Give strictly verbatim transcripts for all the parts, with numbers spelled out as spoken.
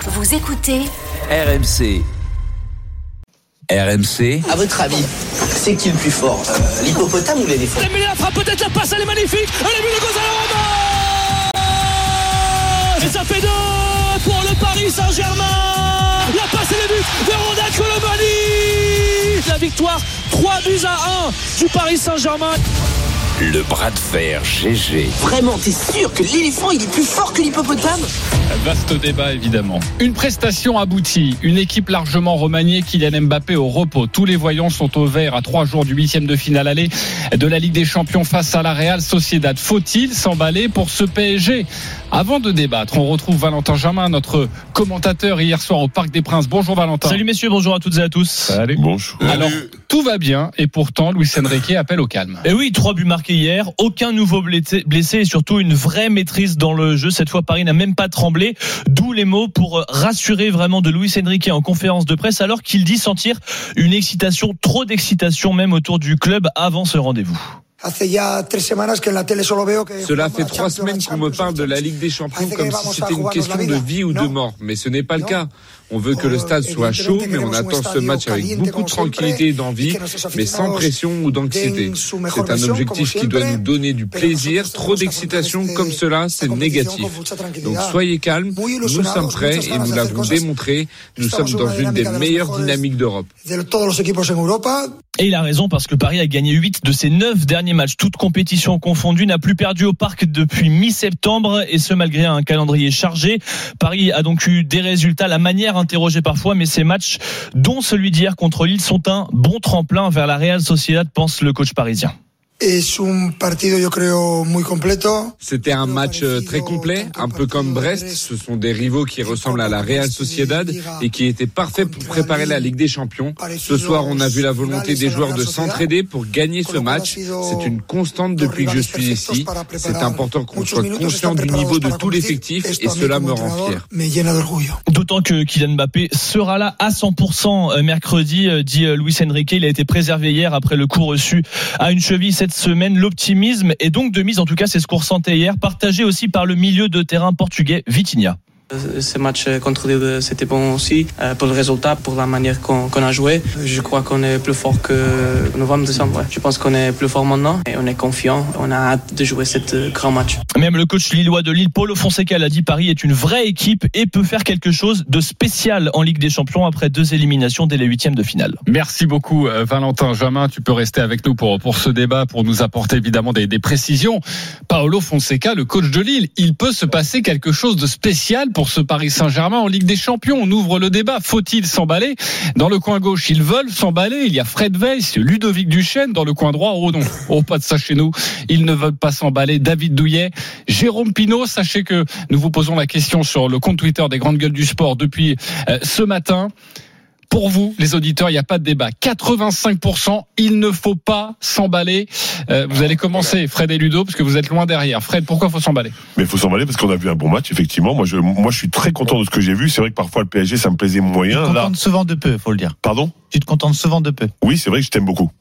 Vous écoutez R M C. R M C. À votre avis, c'est qui le plus fort, euh, l'hippopotame ou l'éléphant? Dembélé frappe peut-être la passe, elle est magnifique. Elle a vu le Gonzalo Ramos. Et ça fait deux pour le Paris Saint-Germain. La passe et le but de Ronald Colomani. La victoire trois buts à un du Paris Saint-Germain. Le bras de fer G G. Vraiment, t'es sûr que l'éléphant il est plus fort que l'hippopotame? Vaste débat évidemment. Une prestation aboutie, une équipe largement remaniée, Kylian Mbappé au repos. Tous les voyants sont au vert à trois jours du huitième de finale aller de la Ligue des Champions face à la Real Sociedad. Faut-il s'emballer pour ce P S G? Avant de débattre, on retrouve Valentin Jamin, notre commentateur hier soir au Parc des Princes. Bonjour Valentin. Salut messieurs, bonjour à toutes et à tous. Salut. Bonjour. Alors, tout va bien et pourtant Luis Enrique appelle au calme. Et oui, trois buts marqués hier, aucun nouveau blessé et surtout une vraie maîtrise dans le jeu. Cette fois, Paris n'a même pas tremblé, d'où les mots pour rassurer vraiment de Luis Enrique en conférence de presse, alors qu'il dit sentir une excitation, trop d'excitation même autour du club avant ce rendez-vous. Cela fait trois semaines qu'on me parle de la Ligue des Champions comme si c'était une question de vie ou de mort, mais ce n'est pas le cas. On veut que le stade soit chaud, mais on attend ce match avec beaucoup de tranquillité et d'envie, mais sans pression ou d'anxiété. C'est un objectif qui doit nous donner du plaisir. Trop d'excitation comme cela, c'est négatif. Donc soyez calmes, nous sommes prêts et nous l'avons démontré. Nous sommes dans une des meilleures dynamiques d'Europe. Et il a raison parce que Paris a gagné huit de ses neuf derniers matchs, toutes compétitions confondues, n'a plus perdu au Parc depuis mi-septembre et ce malgré un calendrier chargé. Paris a donc eu des résultats, la manière interrogée parfois, mais ces matchs, dont celui d'hier contre Lille, sont un bon tremplin vers la Real Sociedad, pense le coach parisien. C'était un match très complet, un peu comme Brest. Ce sont des rivaux qui ressemblent à la Real Sociedad et qui étaient parfaits pour préparer la Ligue des Champions. Ce soir, on a vu la volonté des joueurs de s'entraider pour gagner ce match. C'est une constante depuis que je suis ici. C'est important qu'on soit conscient du niveau de tout l'effectif et cela me rend fier. D'autant que Kylian Mbappé sera là à cent pour cent mercredi, dit Luis Enrique. Il a été préservé hier après le coup reçu à une cheville cette semaine. L'optimisme est donc de mise, en tout cas c'est ce qu'on ressentait hier, partagé aussi par le milieu de terrain portugais Vitinha. Ce match contre Lille, c'était bon aussi pour le résultat, pour la manière qu'on, qu'on a joué. Je crois qu'on est plus fort que novembre, décembre. Ouais. Je pense qu'on est plus fort maintenant et on est confiant. On a hâte de jouer ce grand match. Même le coach lillois de Lille, Paulo Fonseca, l'a dit, Paris est une vraie équipe et peut faire quelque chose de spécial en Ligue des Champions après deux éliminations dès les huitièmes de finale. Merci beaucoup Valentin Jamin. Tu peux rester avec nous pour, pour ce débat, pour nous apporter évidemment des, des précisions. Paulo Fonseca, le coach de Lille, il peut se passer quelque chose de spécial pour Pour ce Paris Saint-Germain en Ligue des Champions. On ouvre le débat. Faut-il s'emballer? Dans le coin gauche, ils veulent s'emballer. Il y a Fred Weiss, Ludovic Duchesne. Dans le coin droit, oh non, oh pas de ça chez nous. Ils ne veulent pas s'emballer. David Douillet, Jérôme Pinault. Sachez que nous vous posons la question sur le compte Twitter des Grandes Gueules du Sport depuis euh, ce matin. Pour vous, les auditeurs, il n'y a pas de débat. quatre-vingt-cinq pour cent, il ne faut pas s'emballer. Euh, vous allez commencer, Fred et Ludo, parce que vous êtes loin derrière. Fred, pourquoi il faut s'emballer? Mais il faut s'emballer parce qu'on a vu un bon match, effectivement. Moi, je, moi, je suis très content de ce que j'ai vu. C'est vrai que parfois, le P S G, ça me plaisait moyen. Tu te contentes souvent de peu, faut le dire. Pardon? Tu te contentes souvent de peu. Oui, c'est vrai que je t'aime beaucoup.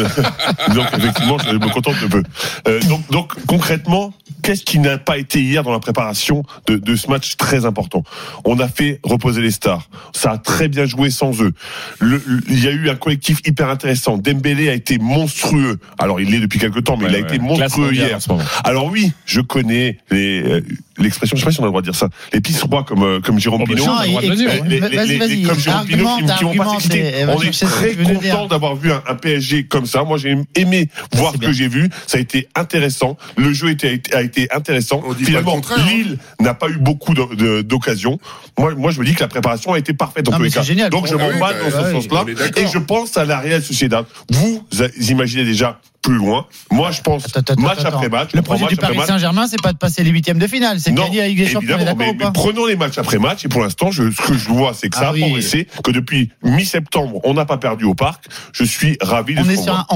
Donc, effectivement, je me contente de peu. Euh, donc, donc, concrètement, qu'est-ce qui n'a pas été hier dans la préparation de, de ce match très important? On a fait reposer les stars. Ça a très bien joué sans eux. Le, le, il y a eu un collectif hyper intéressant. Dembélé a été monstrueux. Alors, il l'est depuis quelques temps, mais ouais, il a ouais, été monstrueux hier. Alors oui, je connais les, euh, l'expression, je sais pas si on a le droit de dire ça, les pistes-rois comme, euh, comme Jérôme oh, Pinault. Non, et, et, les, les, vas-y, vas-y. Comme Jérôme Pinault qui, qui vont pas s'exciter. On est très content d'avoir vu un, un P S G comme ça. Moi, j'ai aimé voir ce que j'ai vu. Ça a été intéressant. Le jeu était, a été intéressant. Finalement, Lille n'a pas eu beaucoup de, de, d'occasions. Moi, moi, je me dis que la préparation a été parfaite dans tous les cas. Génial. Donc, je m'emballe dans ce sens-là. Et je pense à la Real Sociedad. Vous, vous imaginez déjà plus loin. Moi, je pense attends, attends, match attends. après match. Le projet du Paris Saint-Germain, c'est pas de passer les huitièmes de finale, c'est de gagner la Ligue des Champions. D'accord, mais, mais prenons les matchs après match. Et pour l'instant, je, ce que je vois, c'est que ça ah, a oui. progressé, que depuis mi-septembre, on n'a pas perdu au Parc. Je suis ravi de on ce est qu'on sur voit. un an, hein.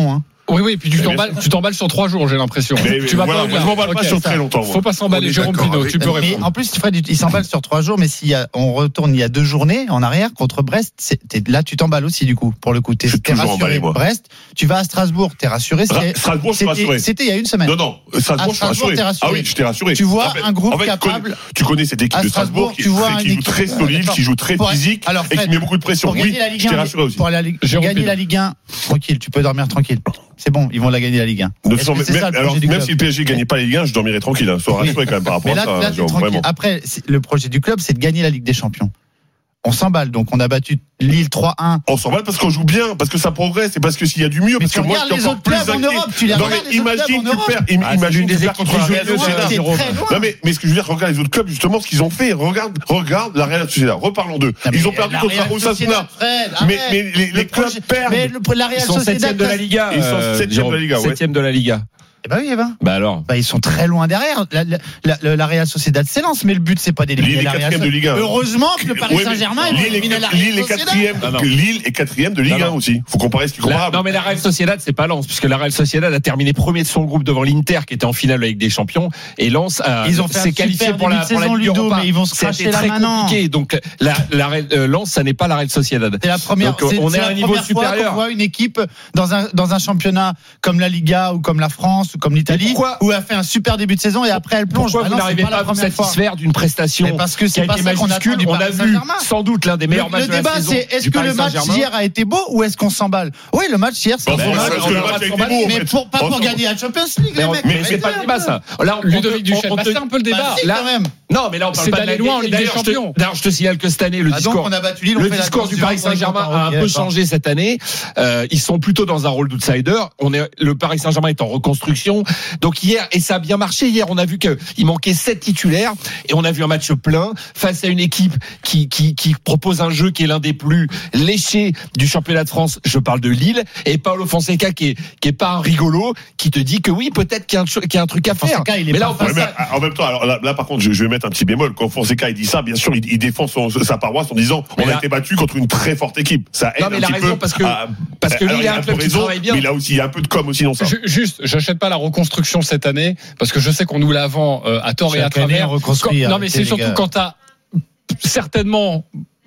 Oui, oui, puis tu t'emballes, tu t'emballes sur trois jours, j'ai l'impression. Mais, tu vas voilà, pas moi, je m'emballe pas sur très longtemps. Faut pas s'emballer, Jérôme Pinault, tu peux répondre. Mais en plus, Fred, il s'emballe sur trois jours, mais si on retourne il y a deux journées en arrière contre Brest, c'est, là, tu t'emballes aussi, du coup, pour le coup. T'es, t'es rassuré. Emballé, Brest, tu vas à Strasbourg, t'es rassuré. Ra- Strasbourg, je suis rassuré. C'était il y a une semaine. Non, non, Strasbourg, je suis rassuré. Ah oui, je t'ai rassuré. Tu vois en fait, un groupe en fait, capable. Tu connais cette équipe de Strasbourg qui, qui joue très solide, qui joue très physique et qui met beaucoup de pression. Oui, je t'ai rassuré aussi. Pour gagner la Ligue un, tranquille, tu peux dormir tranquille. C'est bon, ils vont la gagner la Ligue un. Sont, même, ça, alors, même si le P S G gagnait pas la Ligue un, je dormirais tranquille. Hein. Sois rassuré quand même par rapport là, à ça. Là, genre, vraiment. Après, le projet du club, c'est de gagner la Ligue des Champions. On s'emballe, donc on a battu Lille trois un. On s'emballe parce qu'on joue bien, parce que ça progresse, et parce que s'il y a du mieux, mais parce que moi je suis encore plus inquiet. En Europe, tu les non mais imagine tu perds, ah, imagine tu perds contre la Real Sociedad. Non mais mais ce que je veux dire, regarde les autres clubs justement ce qu'ils ont fait. Regarde regarde la Real Sociedad. Reparlons d'eux. Ils ont perdu contre Osasuna. Mais mais les clubs perdent. Mais la Real Sociedad, ils sont septième de la Liga. Ils sont septième de la Liga. Septième de la Liga. Eh ben oui, eh ben. Bah alors. Bah ils sont très loin derrière. La, la, la, la Real Sociedad s'élance, mais le but c'est pas d'éliminer la Real. De Ligue un. Heureusement que le Paris oui, Saint-Germain est éliminé la Real Lille est quatrième. Lille est quatrième de Ligue un aussi. Faut comparer ce qui est comparable. Non mais la Real Sociedad c'est pas Lens, puisque la Real Sociedad a terminé premier de son groupe devant l'Inter qui était en finale avec des champions, et Lens a, ils ont fait s'est qualifié pour la, pour la Ligue Europa. Mais ils vont se cracher là maintenant. Compliqué. Donc la, la euh, Lens ça n'est pas la Real Sociedad. C'est la première. Donc, c'est, on c'est est à un niveau supérieur. On voit une équipe dans un dans un championnat comme la Liga ou comme la France ou comme l'Italie. Où elle a fait un super début de saison et après elle plonge. Pourquoi ah vous non, n'arrivez pas, pas à vous satisfaire d'une prestation mais parce que c'est qui a pas été ça majuscule. On a vu sans doute l'un des meilleurs le, matchs le de la débat, saison. Le débat c'est est-ce que le match hier a été beau ou est-ce qu'on s'emballe? Oui, le match hier c'est bon, bon, parce que le match a été beau. Mais pour, pas pour gagner la Champions League, les mecs. Mais c'est pas le débat ça. Là, Ludovic Duchesne, c'est un peu le débat. Là, non, mais là on parle pas d'aller loin en Ligue des Champions. D'ailleurs, je te signale que cette année le discours, le discours du Paris Saint-Germain a un peu changé cette année. Ils sont plutôt dans un rôle d'outsider. On est, le Paris Saint-Germain est en reconstruction. Donc hier, et ça a bien marché. Hier, on a vu qu'il manquait sept titulaires et on a vu un match plein face à une équipe qui, qui, qui propose un jeu qui est l'un des plus léchés du championnat de France. Je parle de Lille, et Paulo Fonseca qui est, qui est pas un rigolo, qui te dit que oui, peut-être qu'il y a un, qu'il y a un truc à faire. Fonseca, il est mais là, on ouais, mais en même temps, alors là, là par contre, je, je vais mettre un petit bémol. Quand Fonseca il dit ça, bien sûr, il, il défend son, sa paroisse en disant mais on là, a été battu contre une très forte équipe. Ça aide non, mais un il a petit raison peu parce que à, parce que lui, il a un club qui travaille bien. Mais là aussi, il y a un peu de com aussi dans ça. Je, juste, j'achète pas la reconstruction cette année parce que je sais qu'on nous la vend euh, à tort et à travers. Quand, non, mais c'est surtout quand t'as certainement.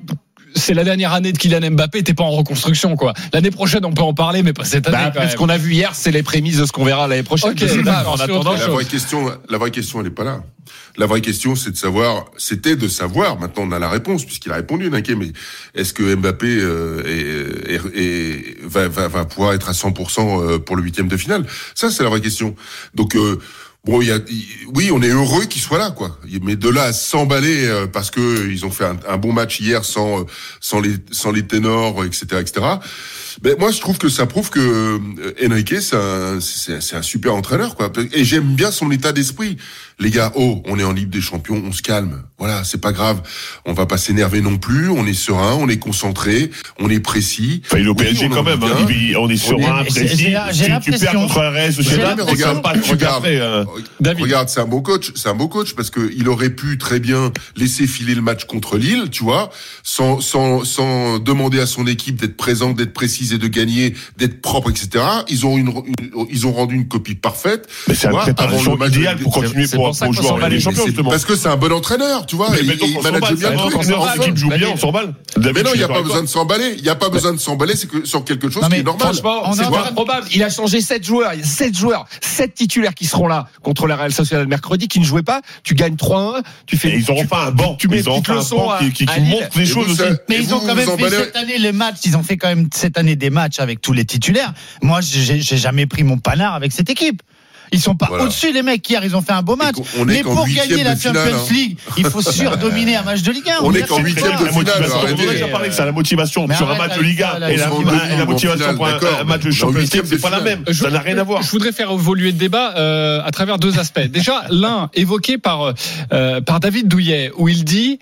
C'est la dernière année de Kylian Mbappé, t'es pas en reconstruction, quoi. L'année prochaine, on peut en parler, mais pas cette année. Bah, ce qu'on a vu hier, c'est les prémices de ce qu'on verra l'année prochaine. Okay, c'est pas, en attendant, la vraie question, la vraie question, elle est pas là. La vraie question, c'est de savoir, c'était de savoir. Maintenant, on a la réponse puisqu'il a répondu, Naké. Mais est-ce que Mbappé euh, est, est, est, va, va, va pouvoir être à cent pour cent pour le huitième de finale? Ça, c'est la vraie question. Donc. Euh, Bon, il y a, oui, on est heureux qu'il soit là, quoi. Mais de là à s'emballer parce que ils ont fait un, un bon match hier sans, sans les, sans les ténors, et cetera, et cetera. Ben moi, je trouve que ça prouve que Enrique, c'est un, c'est, c'est un super entraîneur, quoi. Et j'aime bien son état d'esprit. Les gars, oh, on est en Ligue des Champions, on se calme. Voilà, c'est pas grave. On va pas s'énerver non plus. On est serein, on est concentré, on est précis. Enfin, il est au P S G oui, quand même. Hein. On est serein, précis. J'ai, j'ai tu, tu perds contre un Real Sociedad, regarde, pas regarde, fait, euh... regarde, c'est un bon coach. C'est un beau coach parce que il aurait pu très bien laisser filer le match contre Lille, tu vois, sans, sans, sans demander à son équipe d'être présente, d'être précise et de gagner, d'être propre, et cetera. Ils ont une, une ils ont rendu une copie parfaite. Mais c'est une préparation idéale pour continuer pour pour jouer en Ligue des Champions, justement. Parce que c'est un bon entraîneur, tu vois. Mais il manage bien. Quand l'équipe joue bien, on s'emballe. Mais non, il n'y a pas besoin de s'emballer. Il n'y a pas besoin de s'emballer, c'est que sur quelque chose qui est normal. Franchement, c'est pas probable. Il a changé sept joueurs. Il y a sept joueurs, sept titulaires qui seront là contre la Real Sociedad mercredi, qui ne jouaient pas. Tu gagnes trois un. Tu fais. Ils auront pas un banc. Tu mets ils auront pas un banc qui montre des choses aussi. Mais ils ont quand même fait cette année les matchs. Ils ont fait quand même cette année des matchs avec tous les titulaires. Moi, j'ai jamais pris mon panard avec cette équipe. Ils sont pas voilà. au-dessus, les mecs. Hier, ils ont fait un beau match. Mais pour gagner la Champions finale, League, hein. il faut surdominer un match de Ligue un. On, on est qu'en huitième de finale. On a déjà parlé que c'est la motivation sur un match de Ligue un et la motivation pour un match de Champions League, c'est pas la même. Ça n'a rien à voir. Je voudrais faire évoluer le débat euh, à travers deux aspects. Déjà, l'un évoqué par euh, par David Douillet, où il dit,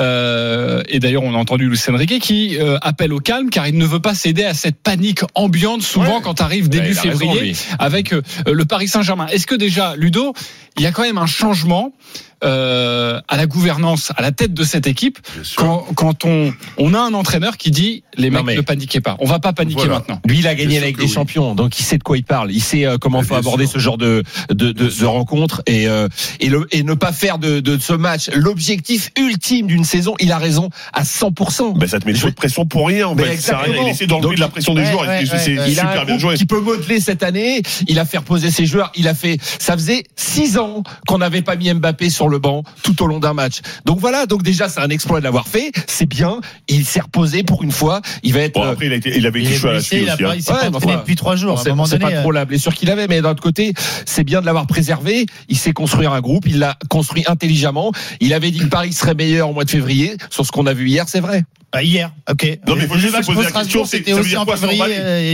euh, et d'ailleurs on a entendu Luis Enrique qui euh, appelle au calme, car il ne veut pas céder à cette panique ambiante souvent ouais. quand arrive début ouais, février raison, avec euh, le Paris Saint-Germain. Est-ce que déjà, Ludo, il y a quand même un changement euh, à la gouvernance, à la tête de cette équipe, quand, quand on, on a un entraîneur qui dit les mecs mais... ne paniquez pas, on va pas paniquer voilà. maintenant. Lui, il a gagné la Ligue des oui. Champions, donc il sait de quoi il parle, il sait euh, comment il faut aborder sûr. ce genre de de, de, de rencontre et euh, et, le, et ne pas faire de, de ce match l'objectif ultime d'une saison. Il a raison à cent pour cent. Ben ça te met de pression pour rien. En fait. Ça rien. Il essaie d'enlever de la pression des ouais, joueurs. Ouais, et c'est ouais, super il bien joué. Qui peut modeler cette année. Il a fait reposer ses joueurs. Il a fait. Ça faisait six ans qu'on n'avait pas mis Mbappé sur le banc tout au long d'un match. Donc voilà. Donc déjà c'est un exploit de l'avoir fait. C'est bien. Il s'est reposé pour une fois. Il va être. Bon, après il a été. Il avait quelque chose à la suite aussi. Il s'est pas entraîné depuis trois jours. C'est pas trop la blessure qu'il avait, mais d'un autre côté, c'est bien de l'avoir préservé. Il sait construire un groupe. Il l'a construit intelligemment. Il avait dit que Paris serait meilleur au mois de février. Sur ce qu'on a vu hier, c'est vrai. Bah hier, ok. Non mais il faut juste se poser la question, c'est ça veut dire quoi s'emballer.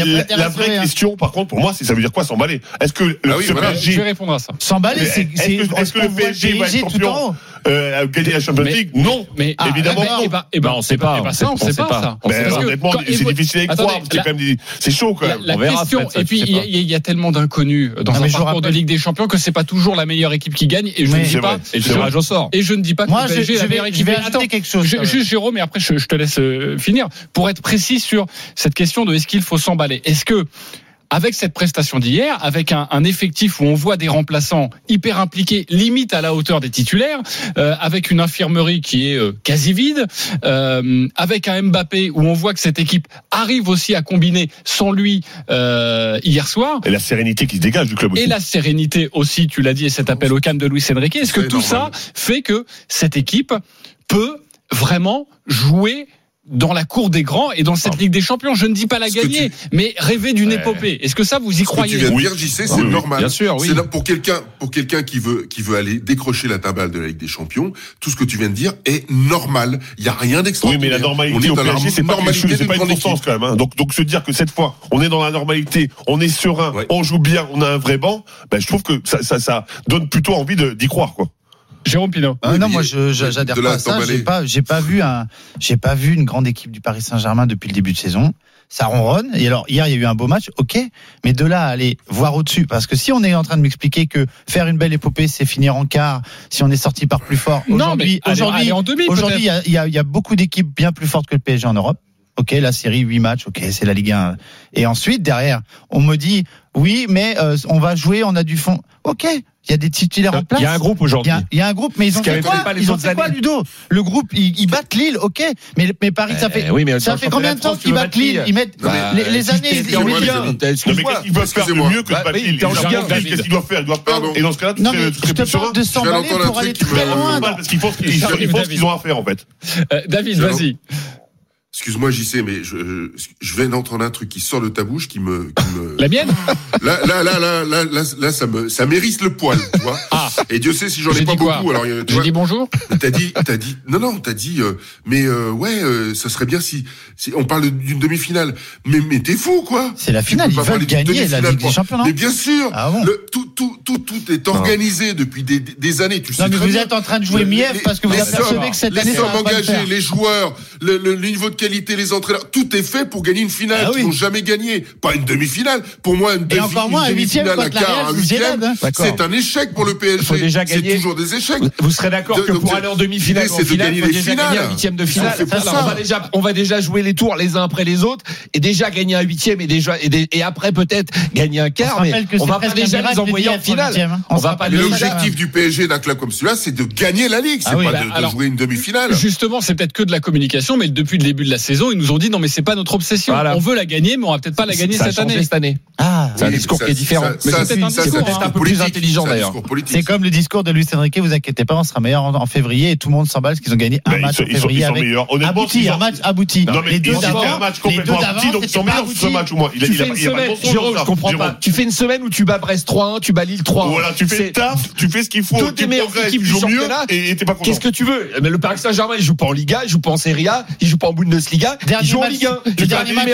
La vraie question, par contre, pour moi, c'est ça veut dire quoi s'emballer. Est-ce que le ah oui, voilà, je vais répondre à ça. S'emballer, c'est est-ce que le P S G va être champion, euh, gagner la Champions League? Non, mais évidemment non. Eh ben, eh ben, on sait pas. Ça, on sait pas ça. Honnêtement, c'est difficile à y croire. C'est quand même, c'est chaud quand même. La question. Et puis il y a tellement d'inconnus dans un parcours de Ligue des Champions que c'est pas toujours la meilleure équipe qui gagne. Et je ne dis pas. Et le tirage au sort. Et je ne dis pas que le P S G est la meilleure équipe. Attends, quelque chose. Juste Jérôme, et après je te laisse finir pour être précis sur cette question de est-ce qu'il faut s'emballer. Est-ce que avec cette prestation d'hier, avec un, un effectif où on voit des remplaçants hyper impliqués, limite à la hauteur des titulaires, euh, avec une infirmerie qui est euh, quasi vide, euh, avec un Mbappé où on voit que cette équipe arrive aussi à combiner sans lui euh, hier soir. Et la sérénité qui se dégage du club aussi. Et la sérénité aussi, tu l'as dit, et cet appel au calme de Luis Enrique. Est-ce que tout ça fait que cette équipe peut vraiment jouer dans la cour des grands et dans cette Ligue des Champions? Je ne dis pas la gagner, tu... mais rêver d'une ouais. épopée. Est-ce que ça vous y croyez? Ce que tu viens de dire, J C, c'est oui, normal. Bien sûr, oui. C'est là pour quelqu'un, pour quelqu'un qui veut, qui veut aller décrocher la tabale de la Ligue des Champions. Tout ce que tu viens de dire est normal. Il y a rien d'extraordinaire. Oui, mais la normalité au P S G, c'est pas quelque chose, c'est pas une constance quand même. Hein. Donc, donc se dire que cette fois, on est dans la normalité, on est serein, ouais. on joue bien, on a un vrai banc. Ben, je trouve que ça, ça, ça donne plutôt envie de, d'y croire, quoi. Jérôme Pinault. Ah, oui, non, moi je, je j'adhère pas à ça. J'ai pas, j'ai pas vu un, j'ai pas vu une grande équipe du Paris Saint-Germain depuis le début de saison. Ça ronronne. Et alors hier il y a eu un beau match, ok. Mais de là à aller voir au-dessus, parce que si on est en train de m'expliquer que faire une belle épopée, c'est finir en quart, si on est sorti par plus fort. Aujourd'hui, non, aujourd'hui, allez, allez en demi, aujourd'hui, il y a, il y a, il y a beaucoup d'équipes bien plus fortes que le P S G en Europe. Ok, la série huit matchs, ok, c'est la Ligue un. Et ensuite derrière, on me dit oui, mais euh, on va jouer, on a du fond. Ok. Il y a des titulaires en place. Il y a un groupe aujourd'hui. Il y a, il y a un groupe, mais ils ont fait quoi? Ils ont fait quoi, Ludo? Le groupe, ils, ils battent Lille, ok. Mais, mais Paris, ça fait, euh, oui, mais ça fait combien de temps qu'ils battent Lille? Ils mettent bah, les, les années. Ils non, mais qu'est-ce qu'ils peuvent faire de mieux que de battre Lille? Qu'est-ce qu'ils doivent faire? Ils doivent perdre. Et dans ce cas-là, tu serais plus serein. De s'emballer pour aller très loin. Parce qu'ils font ce qu'ils ont à faire, en fait. David, vas-y. Excuse-moi, J C, mais je, je viens d'entendre un truc qui sort de ta bouche qui me, qui me... La mienne? Là, là, là, là, là, là, là, ça me, ça m'hérisse le poil, tu vois. Ah. Et Dieu sait si j'en ai pas beaucoup. Quoi? Alors, tu j'ai dit bonjour? T'as dit, t'as dit, non, non, t'as dit, euh, mais, euh, ouais, euh, ça serait bien si, si, on parle d'une demi-finale. Mais, mais t'es fou, quoi. C'est la finale, ils veulent gagner la Ligue des Champions, non? Mais bien sûr. Ah bon? Le, tout, tout, tout, tout est organisé non. depuis des, des années, tu sais. Non, mais vous êtes en train de jouer mief parce que vous apercevez que cette année, ça va pas le faire. Les sommes engagées, les joueurs, le, le niveau de qualité, les entraîneurs, tout est fait pour gagner une finale. Ah oui. Ils n'ont jamais gagné. Pas une demi-finale. Pour moi, une, demi- encore moins, une demi-finale, un quart, un huitième, hein. c'est un échec pour le P S G. Faut déjà c'est gagner. toujours des échecs. Vous serez d'accord de, que pour aller en demi-finale, c'est de gagner les finales. Un huitième de finale. Alors, on va déjà, on va déjà jouer les tours les uns après les autres et déjà gagner un huitième et déjà et, des, et après peut-être gagner un quart. Mais on va pas déjà les envoyer en finale. On va pas. L'objectif du P S G d'un club comme celui-là, c'est de gagner la Ligue. C'est pas de jouer une demi-finale. Justement, c'est peut-être que de la communication, mais depuis le début de la saison, ils nous ont dit non, mais c'est pas notre obsession. On veut la gagner, mais on va peut-être pas la gagner ça cette année. Cette année. Ah, c'est un discours ça, qui est différent. Ça, mais ça, c'est peut-être un ça, discours ça, un peu politique, plus intelligent d'ailleurs. C'est comme le discours de Luis Enrique. Vous inquiétez pas, on sera meilleur en, en février et tout le monde s'emballe parce qu'ils ont gagné un ben, match ils, en février ils sont, avec ils sont abouti, un match abouti. Non, mais les deux d'avant, un match complètement abouti, donc ils sont meilleurs sur ce match au moins. Tu fais une semaine, Jérôme, je comprends pas. Tu fais une semaine où tu bats Brest trois un, tu bats Lille trois un. Voilà, tu fais le taf, tu fais ce qu'il faut. Toutes tes meilleures équipes jouent mieux et t'es pas content. Qu'est-ce que tu veux? Mais le Paris Saint-Germain, il joue pas en Liga, il joue pas en Serie A, il joue pas en Bundesliga, il joue en Ligue un. Le dernier match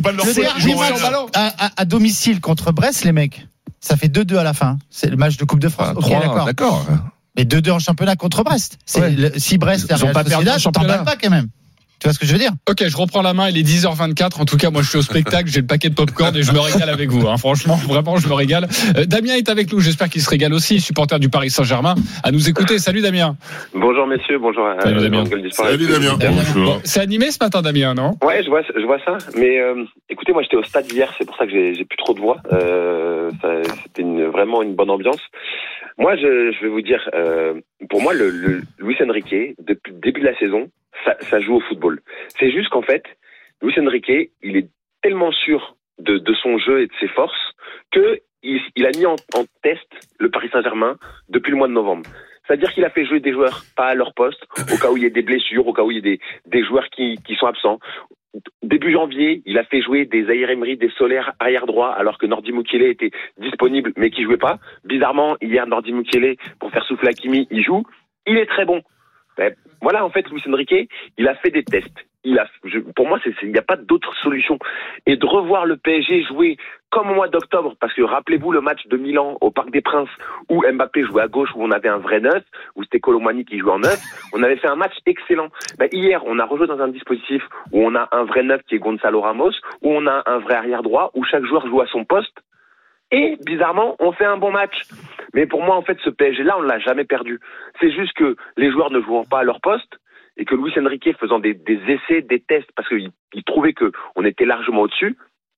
à domicile contre Brest, les mecs. Ça fait deux deux à la fin. C'est le match de Coupe de France. Ah, okay, d'accord. d'accord. Mais deux deux en championnat contre Brest. C'est ouais. le, si Brest ils n'ont pas perdu en championnat. T'en pas quand même. Tu vois ce que je veux dire? Ok, je reprends la main, il est dix heures vingt-quatre. En tout cas, moi, je suis au spectacle, j'ai le paquet de popcorn et je me régale avec vous. Hein. Franchement, vraiment, je me régale. Euh, Damien est avec nous, j'espère qu'il se régale aussi, supporter du Paris Saint-Germain, à nous écouter. Salut Damien. Bonjour messieurs, bonjour à Salut Damien. Salut Damien. Bon, c'est animé ce matin, Damien, non? Ouais, je vois, je vois ça. Mais euh, écoutez, moi j'étais au stade hier, c'est pour ça que j'ai, j'ai plus trop de voix. Euh, ça, c'était une, vraiment une bonne ambiance. Moi, je, je vais vous dire, euh, pour moi, le, le Luis Enrique, depuis le début de la saison, ça, ça joue au football. C'est juste qu'en fait, Luis Enrique, il est tellement sûr de, de son jeu et de ses forces que il, il a mis en, en test le Paris Saint-Germain depuis le mois de novembre. C'est-à-dire qu'il a fait jouer des joueurs pas à leur poste, au cas où il y ait des blessures, au cas où il y ait des, des joueurs qui, qui sont absents. Début janvier, il a fait jouer des Zaïre Emery, des Solaire arrière droit, alors que Nordi Mukiele était disponible mais qui jouait pas. Bizarrement, hier, Nordi Mukiele, pour faire souffler Hakimi, il joue. Il est très bon. Mais voilà, en fait, Luis Enrique, il a fait des tests. Il a, je, pour moi, c'est, il n'y a pas d'autre solution. Et de revoir le P S G jouer comme au mois d'octobre, parce que rappelez-vous le match de Milan au Parc des Princes, où Mbappé jouait à gauche, où on avait un vrai neuf, où c'était Colomani qui jouait en neuf, on avait fait un match excellent. Ben, hier, on a rejoué dans un dispositif où on a un vrai neuf qui est Gonzalo Ramos, où on a un vrai arrière droit, où chaque joueur joue à son poste. Et, bizarrement, on fait un bon match. Mais pour moi, en fait, ce P S G-là, on ne l'a jamais perdu. C'est juste que les joueurs ne jouant pas à leur poste, et que Luis Enrique faisant des, des essais, des tests, parce qu'il il trouvait qu'on était largement au-dessus,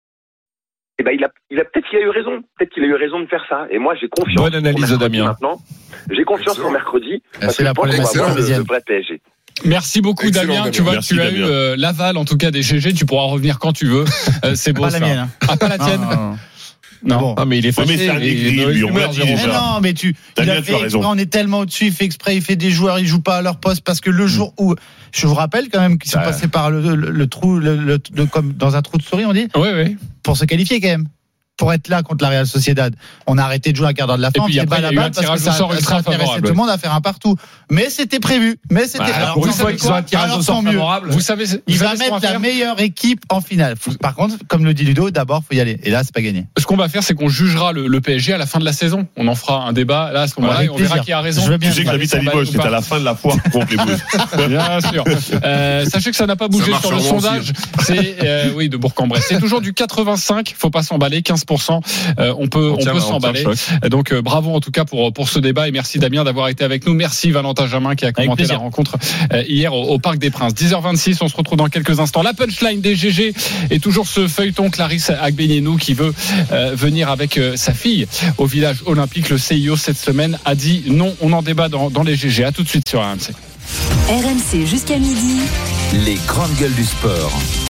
et ben il a, il a peut-être qu'il a eu raison. Peut-être qu'il a eu raison de faire ça. Et moi, j'ai confiance. Bonne analyse de Damien. Maintenant, j'ai confiance pour mercredi, parce c'est que la je pense qu'on va voir le, le vrai P S G. Merci beaucoup Excellent, Damien. Damien. Tu vois, Merci, tu as Damien. eu euh, l'aval en tout cas des G G. Tu pourras revenir quand tu veux. Euh, c'est beau Pas ça. la mienne. Hein. Ah, pas la tienne. Non, non, non. Non. Bon. Ah, mais il est Ouais, mais fâché. c'est un il est aigri, dans lui, une on l'a humeur, dit Jérôme. déjà. Mais non, mais tu, Damien, il a tu as fait, raison. on est tellement au-dessus, il fait exprès, il fait des joueurs, ils jouent pas à leur poste parce que le jour où, je vous rappelle quand même qu'ils sont Bah. passés par le, le, le trou, le, le, le- comme dans un trou de souris, on dit, Oui, oui. pour se qualifier quand même. Pour être là contre la Real Sociedad, on a arrêté de jouer un quart d'heure de la fin. Et puis on faisait après, pas il y la a eu un balle parce tirage que au ça, sort ça ultra intéressait favorable. tout le monde à faire un partout. Mais c'était prévu. Mais c'était. Bah, alors, pour une vous fois savez qu'ils ont quoi un tirage Alors, au sort tant mieux. favorable. Vous savez, Il vous va savez ce qu'on mettre la faire meilleure équipe en finale. Faut- Par contre, comme le dit Ludo, d'abord faut y aller. Et là, c'est pas gagné. Ce qu'on va faire, c'est qu'on jugera le, le P S G à la fin de la saison. On en fera un débat là à ce moment-là Avec et on verra plaisir. qui a raison. Je veux bien. Tu sais que la vie à Limoges, c'est à la fin de la foire contre les Blues. Bien sûr. Euh, sachez que ça n'a pas bougé Ça marche sur le sûrement sondage. C'est euh, oui de Bourg-en-Bresse. C'est toujours du quatre-vingt-cinq. Faut pas s'emballer. quinze pour cent. Euh, on peut on, On tient- peut on tient s'emballer. le choc. Donc euh, bravo en tout cas pour pour ce débat et merci Damien d'avoir été avec nous. Merci Valentin Jamin qui a commenté plaisir. la rencontre euh, hier au, au Parc des Princes. dix heures vingt-six. On se retrouve dans quelques instants. La punchline des G G est toujours ce feuilleton Clarisse Agbenienou qui veut euh, venir avec euh, sa fille au village olympique. Le C I O cette semaine a dit non. On en débat dans, dans les G G. À tout de suite sur R M C. R M C jusqu'à midi. Les grandes gueules du sport.